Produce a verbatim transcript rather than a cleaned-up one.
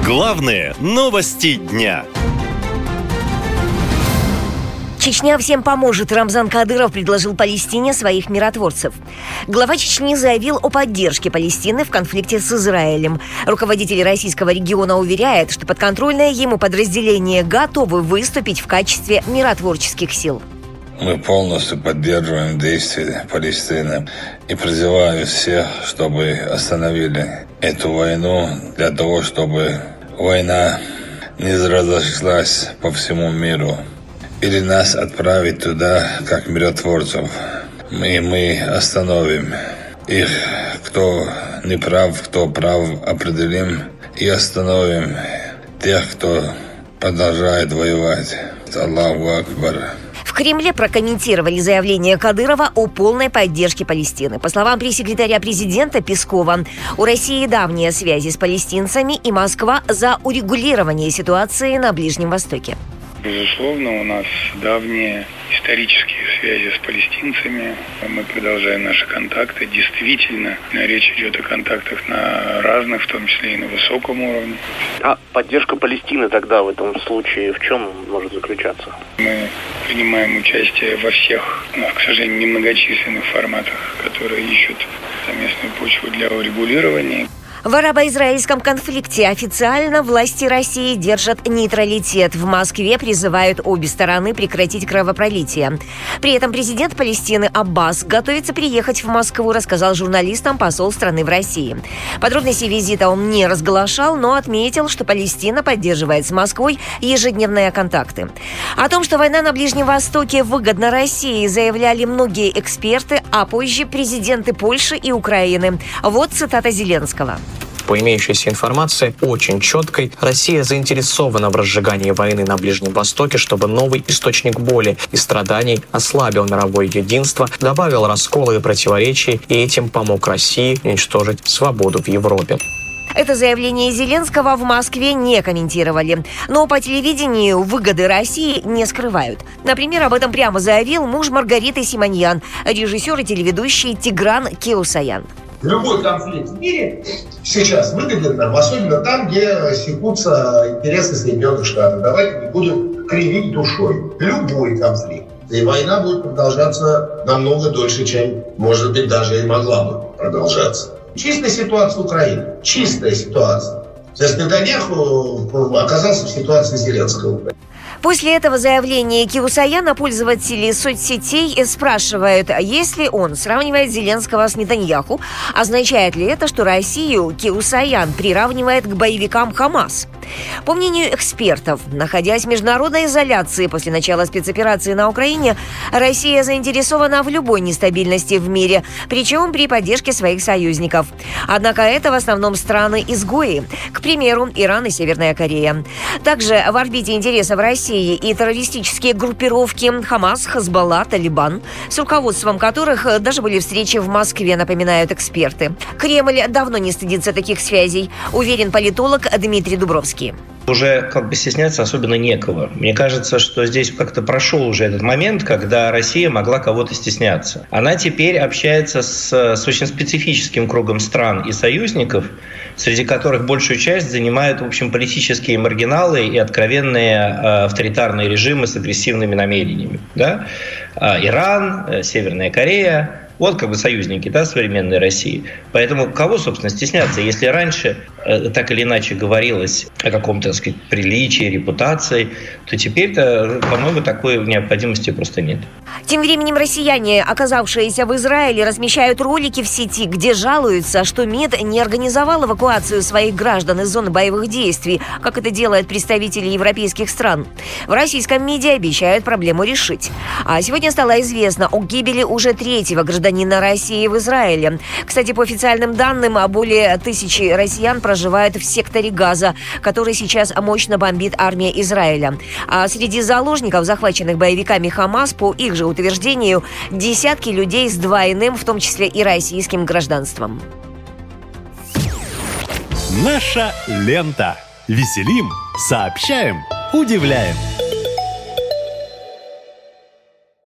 Главные новости дня. Чечня всем поможет. Рамзан Кадыров предложил Палестине своих миротворцев. Глава Чечни заявил о поддержке Палестины в конфликте с Израилем. Руководитель российского региона уверяет, что подконтрольное ему подразделение готовы выступить в качестве миротворческих сил. Мы полностью поддерживаем действия Палестины и призываю всех, чтобы остановили эту войну для того, чтобы война не разошлась по всему миру. Или нас отправить туда, как миротворцев. И мы остановим их, кто не прав, кто прав, определим и остановим тех, кто продолжает воевать. Аллаху Акбар. В Кремле прокомментировали заявление Кадырова о полной поддержке Палестины. По словам пресс-секретаря президента Пескова, у России давние связи с палестинцами, и Москва за урегулирование ситуации на Ближнем Востоке. Безусловно, у нас давние исторические связи с палестинцами. Мы продолжаем наши контакты. Действительно, речь идет о контактах на разных, в том числе и на высоком уровне. А поддержка Палестины тогда в этом случае в чем может заключаться? Мы принимаем участие во всех, ну, к сожалению, немногочисленных форматах, которые ищут совместную почву для урегулирования. В арабо-израильском конфликте официально власти России держат нейтралитет. В Москве призывают обе стороны прекратить кровопролитие. При этом президент Палестины Аббас готовится приехать в Москву, рассказал журналистам посол страны в России. Подробности визита он не разглашал, но отметил, что Палестина поддерживает с Москвой ежедневные контакты. О том, что война на Ближнем Востоке выгодна России, заявляли многие эксперты, а позже президенты Польши и Украины. Вот цитата Зеленского. По имеющейся информации, очень четкой, Россия заинтересована в разжигании войны на Ближнем Востоке, чтобы новый источник боли и страданий ослабил мировое единство, добавил раскола и противоречий, и этим помог России уничтожить свободу в Европе. Это заявление Зеленского в Москве не комментировали. Но по телевидению выгоды России не скрывают. Например, об этом прямо заявил муж Маргариты Симоньян, режиссер и телеведущий Тигран Кеусаян. Любой конфликт в мире сейчас выгоден нам, особенно там, где секутся интересы Соединенных Штатов. Давайте не будем кривить душой. Любой конфликт. И война будет продолжаться намного дольше, чем, может быть, даже и могла бы продолжаться. Чистая ситуация Украины. Чистая ситуация. То есть Нетаньяху оказался в ситуации Зеленского. После этого заявления Кеусаяна пользователи соцсетей спрашивают, если он сравнивает Зеленского с Нетаньяху, означает ли это, что Россию Кеусаян приравнивает к боевикам Хамас? По мнению экспертов, находясь в международной изоляции после начала спецоперации на Украине, Россия заинтересована в любой нестабильности в мире, причем при поддержке своих союзников. Однако это в основном страны-изгои, к примеру, Иран и Северная Корея. Также в орбите интересов России и террористические группировки Хамас, Хезболла, Талибан, с руководством которых даже были встречи в Москве, напоминают эксперты. Кремль давно не стыдится таких связей, уверен политолог Дмитрий Дубровский. Уже как бы стесняться особенно некого. Мне кажется, что здесь как-то прошел уже этот момент, когда Россия могла кого-то стесняться. Она теперь общается с, с очень специфическим кругом стран и союзников, среди которых большую часть занимают, в общем, политические маргиналы и откровенные э, авторитарные режимы с агрессивными намерениями. Да? Э, Иран, э, Северная Корея. Вот как бы союзники, да, современной России. Поэтому кого, собственно, стесняться? Если раньше э, так или иначе говорилось о каком-то, так сказать, приличии, репутации, то теперь-то, по-моему, такой необходимости просто нет. Тем временем россияне, оказавшиеся в Израиле, размещают ролики в сети, где жалуются, что МИД не организовал эвакуацию своих граждан из зоны боевых действий, как это делают представители европейских стран. В российском МИДе обещают проблему решить. А сегодня стало известно о гибели уже третьего гражданина России в Израиле. Кстати, по официальным данным, более тысячи россиян проживают в секторе Газа, который сейчас мощно бомбит армия Израиля. А среди заложников, захваченных боевиками Хамас, по их же утверждению, десятки людей с двойным, в том числе и российским гражданством. Наша лента. Веселим, сообщаем, удивляем.